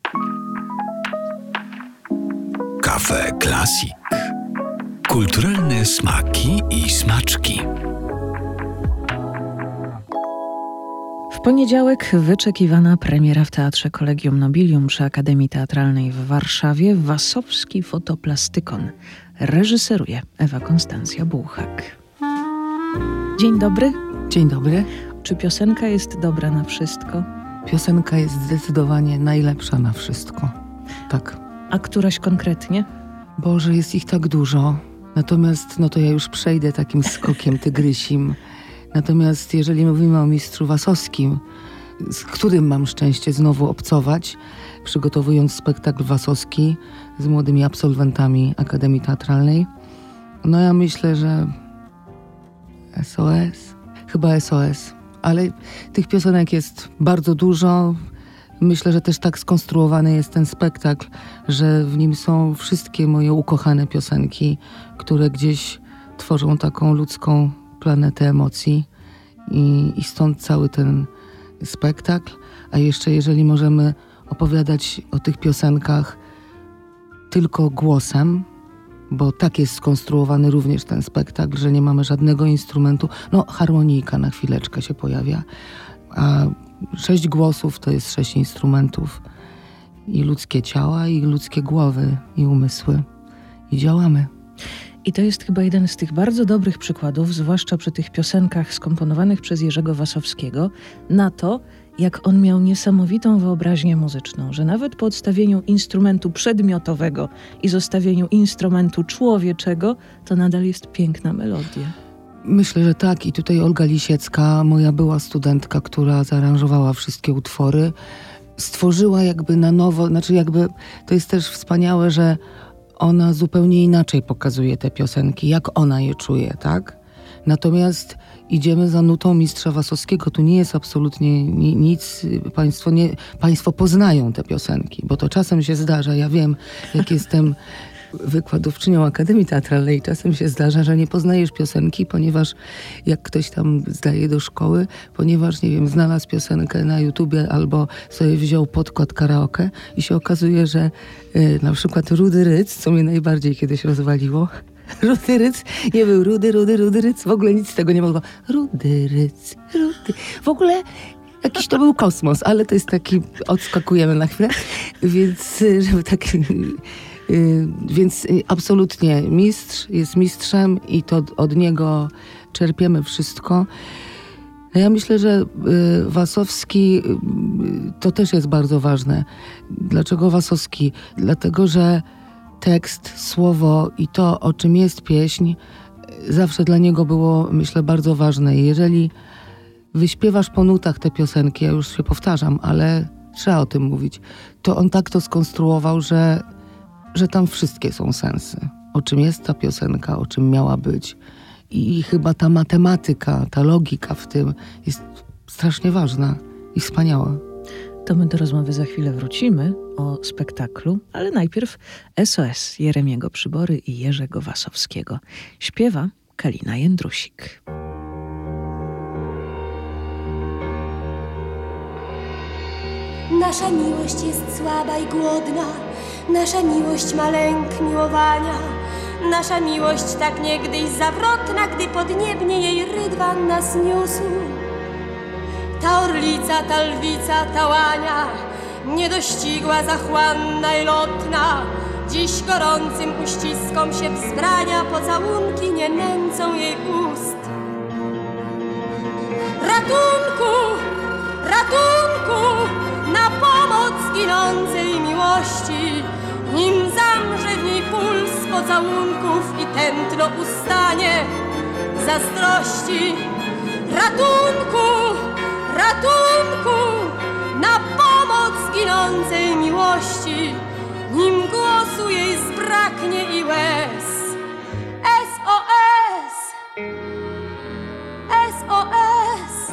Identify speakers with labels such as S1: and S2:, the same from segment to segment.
S1: Cafe Classic. Kulturalne smaki i smaczki.
S2: W poniedziałek wyczekiwana premiera w Teatrze Collegium Nobilium przy Akademii Teatralnej w Warszawie. Wasowski Fotoplastykon. Reżyseruje Ewa Konstancja Bułhak. Dzień dobry.
S3: Dzień dobry.
S2: Czy piosenka jest dobra na wszystko?
S3: Piosenka jest zdecydowanie najlepsza na wszystko. Tak.
S2: A któraś konkretnie?
S3: Boże, jest ich tak dużo. Natomiast, to ja już przejdę takim skokiem tygrysim. Natomiast jeżeli mówimy o mistrzu Wasowskim, z którym mam szczęście znowu obcować, przygotowując spektakl Wasowski z młodymi absolwentami Akademii Teatralnej, ja myślę, że SOS. Chyba SOS. Ale tych piosenek jest bardzo dużo. Myślę, że też tak skonstruowany jest ten spektakl, że w nim są wszystkie moje ukochane piosenki, które gdzieś tworzą taką ludzką planetę emocji i stąd cały ten spektakl. A jeszcze jeżeli możemy opowiadać o tych piosenkach tylko głosem, bo tak jest skonstruowany również ten spektakl, że nie mamy żadnego instrumentu. Harmonijka na chwileczkę się pojawia, a 6 głosów to jest 6 instrumentów i ludzkie ciała, i ludzkie głowy, i umysły. I działamy.
S2: I to jest chyba jeden z tych bardzo dobrych przykładów, zwłaszcza przy tych piosenkach skomponowanych przez Jerzego Wasowskiego, na to, jak on miał niesamowitą wyobraźnię muzyczną, że nawet po odstawieniu instrumentu przedmiotowego i zostawieniu instrumentu człowieczego, to nadal jest piękna melodia.
S3: Myślę, że tak. I tutaj Olga Lisiecka, moja była studentka, która zaaranżowała wszystkie utwory, stworzyła jakby na nowo, to jest też wspaniałe, że ona zupełnie inaczej pokazuje te piosenki, jak ona je czuje, tak? Natomiast idziemy za nutą mistrza Wasowskiego. Tu nie jest absolutnie nic. Państwo poznają te piosenki, bo to czasem się zdarza. Ja wiem, jak jestem wykładowczynią Akademii Teatralnej, czasem się zdarza, że nie poznajesz piosenki, ponieważ jak ktoś tam zdaje do szkoły, ponieważ, znalazł piosenkę na YouTubie albo sobie wziął podkład karaoke i się okazuje, że na przykład Rudy Ryc, co mnie najbardziej kiedyś rozwaliło, Rudy Ryc nie był Rudy Ryc, w ogóle nic z tego nie mogło. Rudy Ryc, w ogóle jakiś to był kosmos, ale to jest taki, odskakujemy na chwilę, więc absolutnie mistrz jest mistrzem i to od niego czerpiemy wszystko. Ja myślę, że Wasowski to też jest bardzo ważne. Dlaczego Wasowski? Dlatego, że tekst, słowo i to, o czym jest pieśń, zawsze dla niego było, myślę, bardzo ważne. I jeżeli wyśpiewasz po nutach te piosenki, ja już się powtarzam, ale trzeba o tym mówić, to on tak to skonstruował, że tam wszystkie są sensy. O czym jest ta piosenka, o czym miała być. I chyba ta matematyka, ta logika w tym jest strasznie ważna i wspaniała.
S2: To my do rozmowy za chwilę wrócimy o spektaklu, ale najpierw SOS Jeremiego Przybory i Jerzego Wasowskiego. Śpiewa Kalina Jędrusik.
S4: Nasza miłość jest słaba i głodna, nasza miłość ma lęk miłowania, nasza miłość tak niegdyś zawrotna, gdy podniebnie jej rydwan nas niósł. Ta orlica, ta lwica, ta łania, niedościgła, zachłanna i lotna, dziś gorącym uściskom się wzbrania, pocałunki nie nęcą jej ust. Ratunku, ratunku, na pomoc ginącej miłości, nim zamrze w niej puls pocałunków i tętno ustanie zazdrości. Ratunku, ratunku, na pomoc ginącej miłości, nim głosu jej zbraknie i łez. SOS, SOS.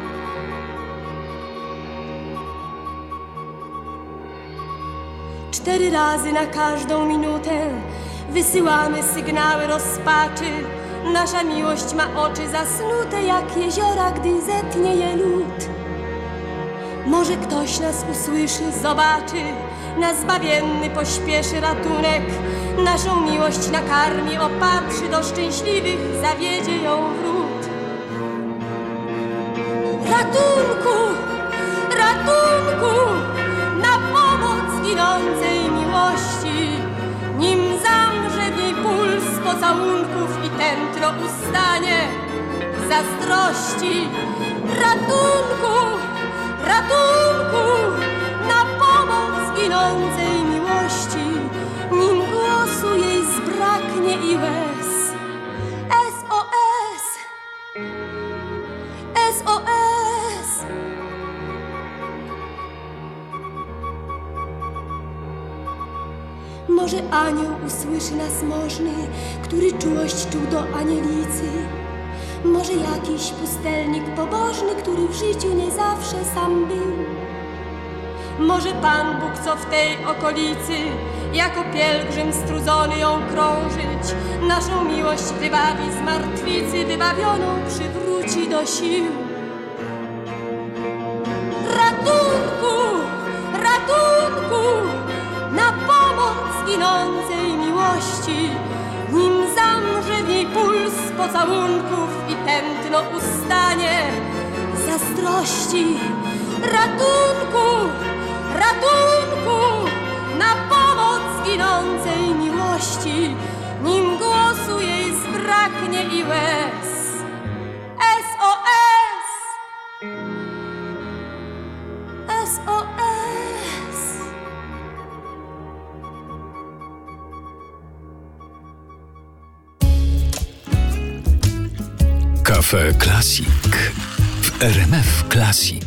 S4: Cztery razy na każdą minutę wysyłamy sygnały rozpaczy. Nasza miłość ma oczy zasnute jak jeziora, gdy zetnie je lód. Może ktoś nas usłyszy, zobaczy, na zbawienny pośpieszy ratunek. Naszą miłość nakarmi, opatrzy, do szczęśliwych zawiedzie ją wrót. Ratunku, ratunku, na pomoc ginącej miłości, nim zamrze w niej puls pocałunków i tętno ustanie zazdrości. Ratunku, ratunku, na pomoc ginącej miłości, nim głosu jej zbraknie i łez. SOS, SOS. Może anioł usłyszy nas możny, który czułość czuł do anielicy. Może jakiś pustelnik pobożny, który w życiu nie zawsze sam był. Może Pan Bóg, co w tej okolicy, jako pielgrzym strudzony ją krążyć, naszą miłość wybawi z martwicy, wybawioną przywróci do sił. Ratunku, ratunku, na pomoc ginącej miłości, nim zamrze w niej puls pocałunków i tętno ustanie zazdrości. Ratunku, ratunku, na pomoc ginącej miłości, nim głosu jej zbraknie i łez. SOS, SOS.
S1: Cafe Classic w RMF Classic.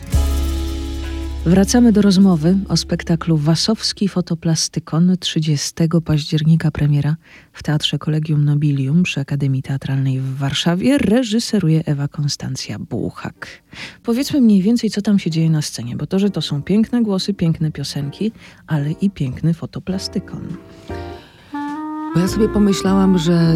S2: Wracamy do rozmowy o spektaklu Wasowski Fotoplastykon. 30 października premiera w Teatrze Collegium Nobilium przy Akademii Teatralnej w Warszawie. Reżyseruje Ewa Konstancja Bułhak. Powiedzmy mniej więcej, co tam się dzieje na scenie, bo to, że to są piękne głosy, piękne piosenki, ale i piękny fotoplastykon.
S3: Bo ja sobie pomyślałam, że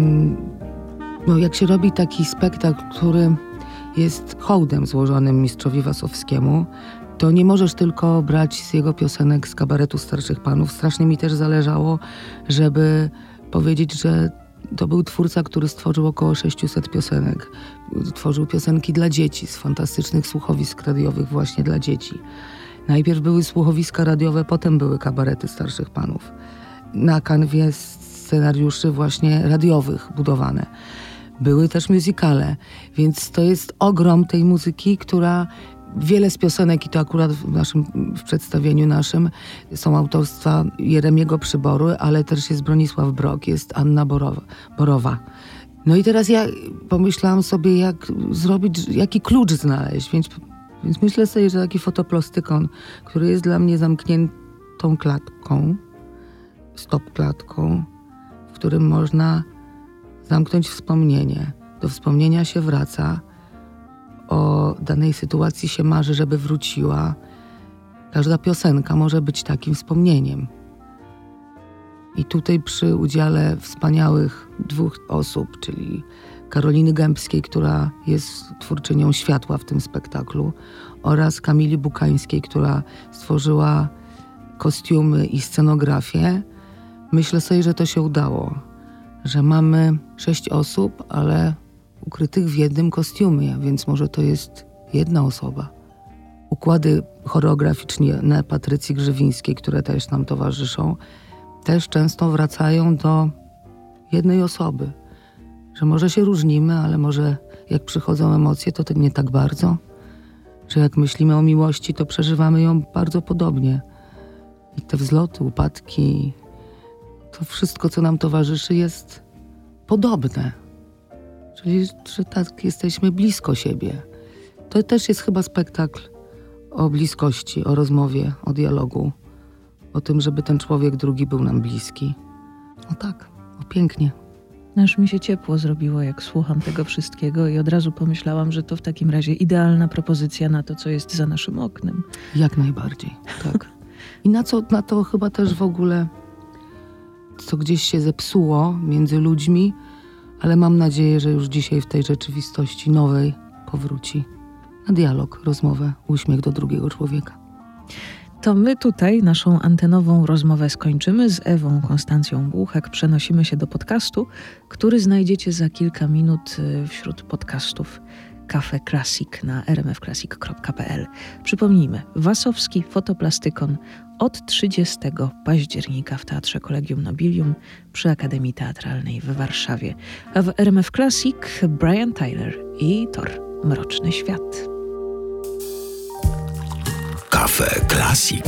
S3: jak się robi taki spektakl, który jest hołdem złożonym mistrzowi Wasowskiemu, to nie możesz tylko brać z jego piosenek z kabaretu Starszych Panów. Strasznie mi też zależało, żeby powiedzieć, że to był twórca, który stworzył około 600 piosenek. Tworzył piosenki dla dzieci z fantastycznych słuchowisk radiowych właśnie dla dzieci. Najpierw były słuchowiska radiowe, potem były kabarety Starszych Panów. Na kanwie scenariuszy właśnie radiowych budowane. Były też musicale, więc to jest ogrom tej muzyki, która wiele z piosenek, i to akurat w przedstawieniu naszym, są autorstwa Jeremiego Przybory, ale też jest Bronisław Brok, jest Anna Borowa. No i teraz ja pomyślałam sobie, jak zrobić, jaki klucz znaleźć, więc myślę sobie, że taki fotoplastykon, który jest dla mnie zamkniętą klatką, stop-klatką, w którym można zamknąć wspomnienie. Do wspomnienia się wraca, o danej sytuacji się marzy, żeby wróciła. Każda piosenka może być takim wspomnieniem. I tutaj przy udziale wspaniałych dwóch osób, czyli Karoliny Gębskiej, która jest twórczynią światła w tym spektaklu, oraz Kamili Bukańskiej, która stworzyła kostiumy i scenografię, myślę sobie, że to się udało. Że mamy 6 osób, ale ukrytych w jednym kostiumie, więc może to jest jedna osoba. Układy choreograficzne Patrycji Grzywińskiej, które też nam towarzyszą, też często wracają do jednej osoby. Że może się różnimy, ale może jak przychodzą emocje, to nie tak bardzo. Że jak myślimy o miłości, to przeżywamy ją bardzo podobnie. I te wzloty, upadki, to wszystko, co nam towarzyszy, jest podobne. Czyli, że tak jesteśmy blisko siebie. To też jest chyba spektakl o bliskości, o rozmowie, o dialogu. O tym, żeby ten człowiek drugi był nam bliski. O tak, o pięknie.
S2: Aż mi się ciepło zrobiło, jak słucham tego wszystkiego i od razu pomyślałam, że to w takim razie idealna propozycja na to, co jest za naszym oknem.
S3: Jak najbardziej, tak. I na to chyba też w ogóle, co gdzieś się zepsuło między ludźmi, ale mam nadzieję, że już dzisiaj w tej rzeczywistości nowej powróci. na dialog, rozmowę, uśmiech do drugiego człowieka.
S2: To my tutaj naszą antenową rozmowę skończymy z Ewą Konstancją Błuchek. Przenosimy się do podcastu, który znajdziecie za kilka minut wśród podcastów Cafe Classic na rmfclassic.pl. Przypomnijmy, Wasowski Fotoplastykon od 30 października w Teatrze Collegium Nobilium przy Akademii Teatralnej w Warszawie. A w RMF Classic Brian Tyler i Thor, Mroczny Świat.
S1: Cafe Classic.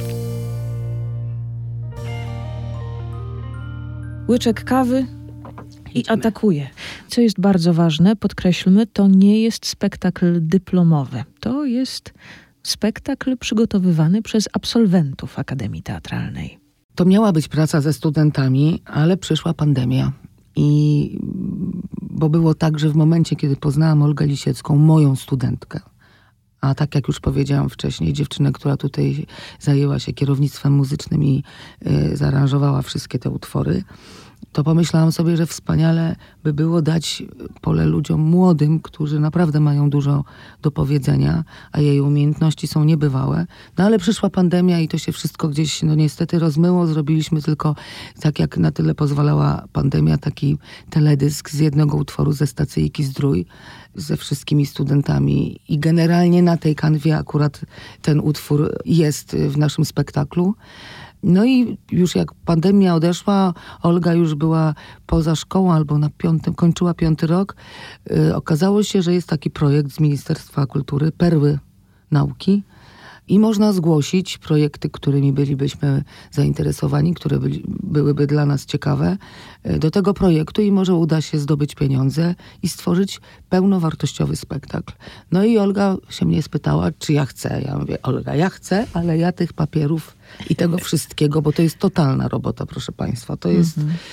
S2: Łyczek kawy i atakuje. Co jest bardzo ważne, podkreślmy, to nie jest spektakl dyplomowy. To jest spektakl przygotowywany przez absolwentów Akademii Teatralnej.
S3: To miała być praca ze studentami, ale przyszła pandemia. Bo było tak, że w momencie, kiedy poznałam Olgę Lisiecką, moją studentkę, a tak jak już powiedziałam wcześniej, dziewczynę, która tutaj zajęła się kierownictwem muzycznym i zaaranżowała wszystkie te utwory, to pomyślałam sobie, że wspaniale by było dać pole ludziom młodym, którzy naprawdę mają dużo do powiedzenia, a jej umiejętności są niebywałe. No ale przyszła pandemia i to się wszystko gdzieś niestety rozmyło. Zrobiliśmy tylko, tak jak na tyle pozwalała pandemia, taki teledysk z jednego utworu ze Stacyjki Zdrój ze wszystkimi studentami. I generalnie na tej kanwie akurat ten utwór jest w naszym spektaklu. No i już jak pandemia odeszła, Olga już była poza szkołą albo kończyła 5. rok. Okazało się, że jest taki projekt z Ministerstwa Kultury, Perły Nauki. I można zgłosić projekty, którymi bylibyśmy zainteresowani, które byłyby dla nas ciekawe, do tego projektu i może uda się zdobyć pieniądze i stworzyć pełnowartościowy spektakl. No i Olga się mnie spytała, czy ja chcę. Ja mówię, Olga, ja chcę, ale ja tych papierów i tego wszystkiego, bo to jest totalna robota, proszę państwa. To jest,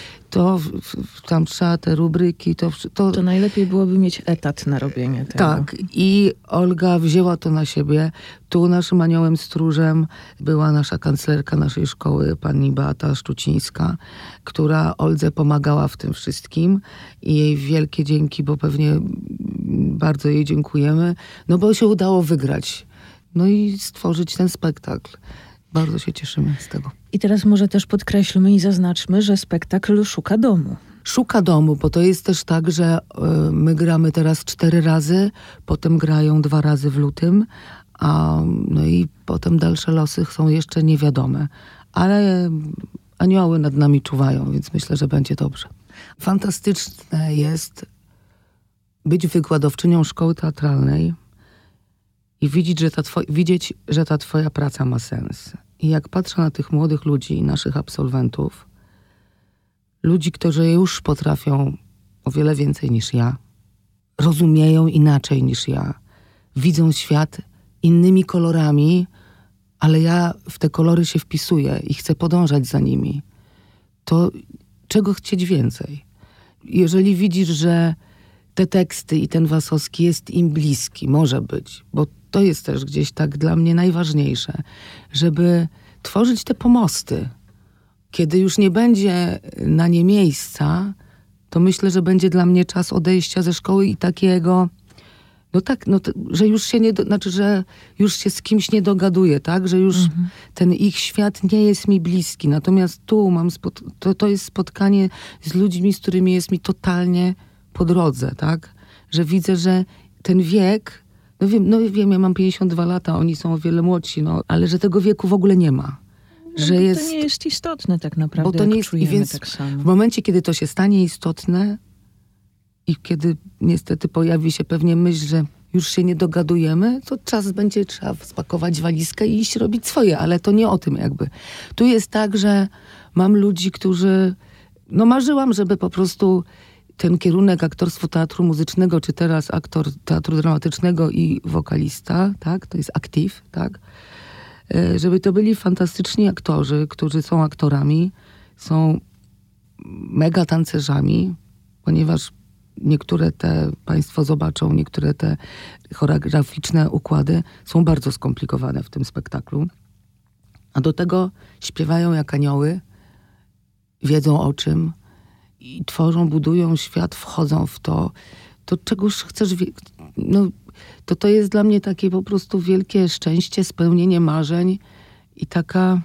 S3: tam trzeba te rubryki,
S2: To najlepiej byłoby mieć etat na robienie tego.
S3: Tak, i Olga wzięła to na siebie. Tu naszym aniołem stróżem była nasza kanclerka naszej szkoły, pani Beata Szczucińska, która Oldze pomagała w tym wszystkim i jej wielkie dzięki, bo pewnie bardzo jej dziękujemy, no bo się udało wygrać. No i stworzyć ten spektakl. Bardzo się cieszymy z tego.
S2: I teraz może też podkreślmy i zaznaczmy, że spektakl szuka domu.
S3: Szuka domu, bo to jest też tak, że my gramy teraz 4 razy, potem grają 2 razy w lutym, no i potem dalsze losy są jeszcze niewiadome. Ale anioły nad nami czuwają, więc myślę, że będzie dobrze. Fantastyczne jest być wykładowczynią szkoły teatralnej i widzieć, że ta twoja praca ma sens. I jak patrzę na tych młodych ludzi, naszych absolwentów, ludzi, którzy już potrafią o wiele więcej niż ja, rozumieją inaczej niż ja, widzą świat innymi kolorami, ale ja w te kolory się wpisuję i chcę podążać za nimi. To czego chcieć więcej? Jeżeli widzisz, że te teksty i ten Wasowski jest im bliski, może być, bo to jest też gdzieś tak dla mnie najważniejsze, żeby tworzyć te pomosty. Kiedy już nie będzie na nie miejsca, to myślę, że będzie dla mnie czas odejścia ze szkoły i takiego, że już się że już się z kimś nie dogaduję, tak? Że już ten ich świat nie jest mi bliski. Natomiast tu mam to jest spotkanie z ludźmi, z którymi jest mi totalnie po drodze, tak? Że widzę, że ten wiek, wiem, ja mam 52 lata, oni są o wiele młodsi, ale że tego wieku w ogóle nie ma. Że
S2: to nie jest istotne tak naprawdę, bo to nie jest, czujemy więc tak samo.
S3: W momencie, kiedy to się stanie istotne i kiedy niestety pojawi się pewnie myśl, że już się nie dogadujemy, to trzeba spakować walizkę i iść robić swoje, ale to nie o tym jakby. Tu jest tak, że mam ludzi, którzy, marzyłam, żeby po prostu ten kierunek aktorstwo teatru muzycznego, czy teraz aktor teatru dramatycznego i wokalista, tak, to jest aktyw, tak, żeby to byli fantastyczni aktorzy, którzy są aktorami, są mega tancerzami, ponieważ niektóre te, państwo zobaczą, niektóre te choreograficzne układy są bardzo skomplikowane w tym spektaklu. A do tego śpiewają jak anioły, wiedzą o czym i tworzą, budują świat, wchodzą w to. To czegoż chcesz to jest dla mnie takie po prostu wielkie szczęście, spełnienie marzeń i taka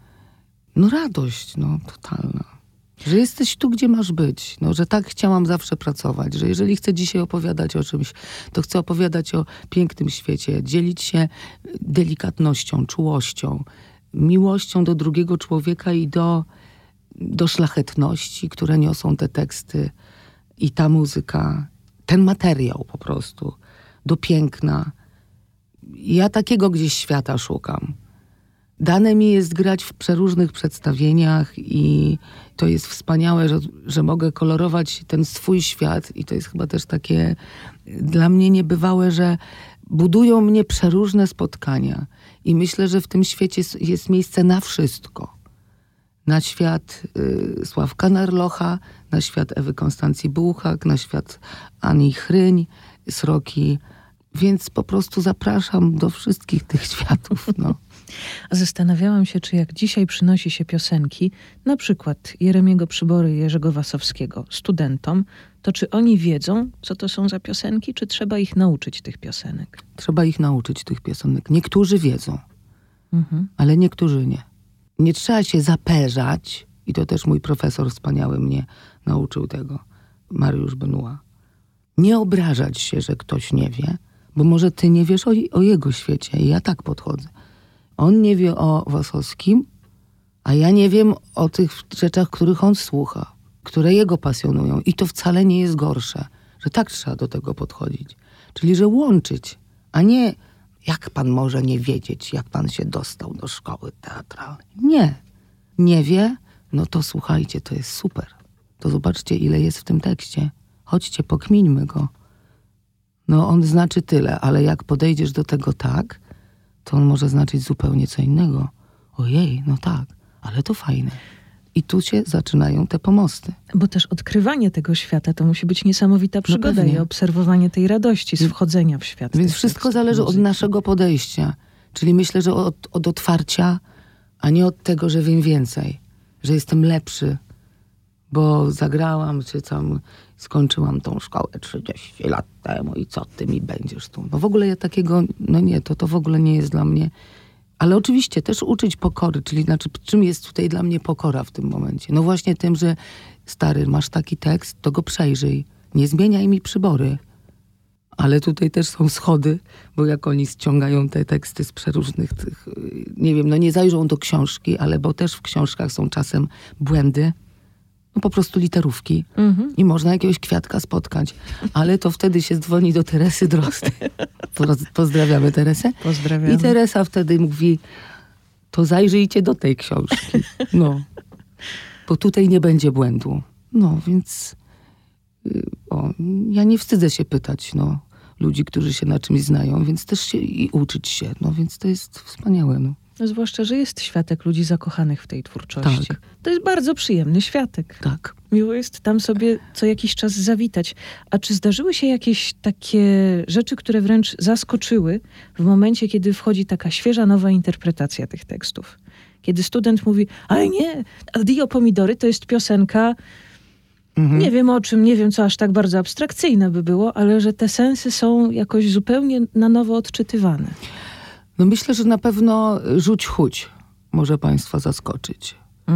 S3: radość, totalna. Że jesteś tu, gdzie masz być. Że tak chciałam zawsze pracować. Że jeżeli chcę dzisiaj opowiadać o czymś, to chcę opowiadać o pięknym świecie. Dzielić się delikatnością, czułością, miłością do drugiego człowieka i do szlachetności, które niosą te teksty i ta muzyka. Ten materiał po prostu. Do piękna. Ja takiego gdzieś świata szukam. Dane mi jest grać w przeróżnych przedstawieniach i to jest wspaniałe, że mogę kolorować ten swój świat i to jest chyba też takie dla mnie niebywałe, że budują mnie przeróżne spotkania i myślę, że w tym świecie jest miejsce na wszystko. Na świat Sławka Narlocha, na świat Ewy Konstancji Bułhak, na świat Ani Chryń, Sroki, więc po prostu zapraszam do wszystkich tych światów,
S2: A zastanawiałam się, czy jak dzisiaj przynosi się piosenki, na przykład Jeremiego Przybory i Jerzego Wasowskiego, studentom, to czy oni wiedzą, co to są za piosenki, czy trzeba ich nauczyć tych piosenek?
S3: Trzeba ich nauczyć tych piosenek. Niektórzy wiedzą, ale niektórzy nie. Nie trzeba się zaperzać i to też mój profesor wspaniały mnie nauczył tego, Mariusz Benua. Nie obrażać się, że ktoś nie wie, bo może ty nie wiesz o jego świecie i ja tak podchodzę. On nie wie o Wasowskim, a ja nie wiem o tych rzeczach, których on słucha, które jego pasjonują. I to wcale nie jest gorsze, że tak trzeba do tego podchodzić. Czyli, że łączyć, a nie jak pan może nie wiedzieć, jak pan się dostał do szkoły teatralnej. Nie. Nie wie? No to słuchajcie, to jest super. To zobaczcie, ile jest w tym tekście. Chodźcie, pokmińmy go. On znaczy tyle, ale jak podejdziesz do tego tak, to on może znaczyć zupełnie co innego. Ojej, tak, ale to fajne. I tu się zaczynają te pomosty.
S2: Bo też odkrywanie tego świata to musi być niesamowita przygoda i obserwowanie tej radości z wchodzenia w świat.
S3: Więc wszystko zależy od naszego podejścia. Czyli myślę, że od otwarcia, a nie od tego, że wiem więcej. Że jestem lepszy, bo zagrałam, czy tam skończyłam tą szkołę 30 lat temu i co ty mi będziesz tu? W ogóle ja takiego, nie, to w ogóle nie jest dla mnie. Ale oczywiście też uczyć pokory, czyli czym jest tutaj dla mnie pokora w tym momencie? Właśnie tym, że stary, masz taki tekst, to go przejrzyj. Nie zmieniaj mi przybory. Ale tutaj też są schody, bo jak oni ściągają te teksty z przeróżnych tych, nie wiem, nie zajrzą do książki, ale bo też w książkach są czasem błędy. Po prostu literówki. I można jakiegoś kwiatka spotkać. Ale to wtedy się dzwoni do Teresy Drozdy. Pozdrawiamy Teresę.
S2: Pozdrawiamy.
S3: I Teresa wtedy mówi, to zajrzyjcie do tej książki. Bo tutaj nie będzie błędu. Więc ja nie wstydzę się pytać ludzi, którzy się na czymś znają, więc też się i uczyć się. Więc to jest wspaniałe.
S2: Zwłaszcza, że jest światek ludzi zakochanych w tej twórczości.
S3: Tak.
S2: To jest bardzo przyjemny światek.
S3: Tak.
S2: Miło jest tam sobie co jakiś czas zawitać. A czy zdarzyły się jakieś takie rzeczy, które wręcz zaskoczyły w momencie, kiedy wchodzi taka świeża, nowa interpretacja tych tekstów? Kiedy student mówi, ale nie, Addio Pomidory to jest piosenka, nie wiem o czym, nie wiem co aż tak bardzo abstrakcyjne by było, ale że te sensy są jakoś zupełnie na nowo odczytywane.
S3: Myślę, że na pewno Rzuć chuć może państwa zaskoczyć.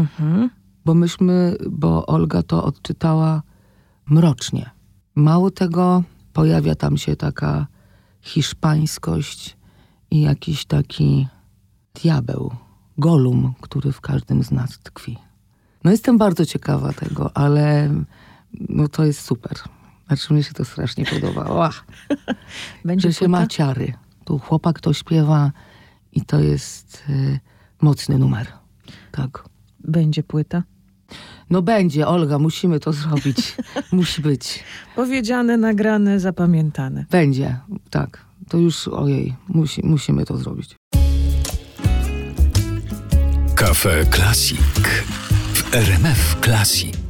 S3: Bo Olga to odczytała mrocznie. Mało tego, pojawia tam się taka hiszpańskość i jakiś taki diabeł, Golum, który w każdym z nas tkwi. Jestem bardzo ciekawa tego, ale to jest super. Mnie się to strasznie podoba.
S2: Będzie
S3: że się ma ciary. Tu chłopak to śpiewa i to jest mocny numer. Tak.
S2: Będzie płyta?
S3: Będzie, Olga, musimy to zrobić. Musi być.
S2: Powiedziane, nagrane, zapamiętane.
S3: Będzie, tak. To już, musimy to zrobić.
S1: Cafe Classic w RMF Classic.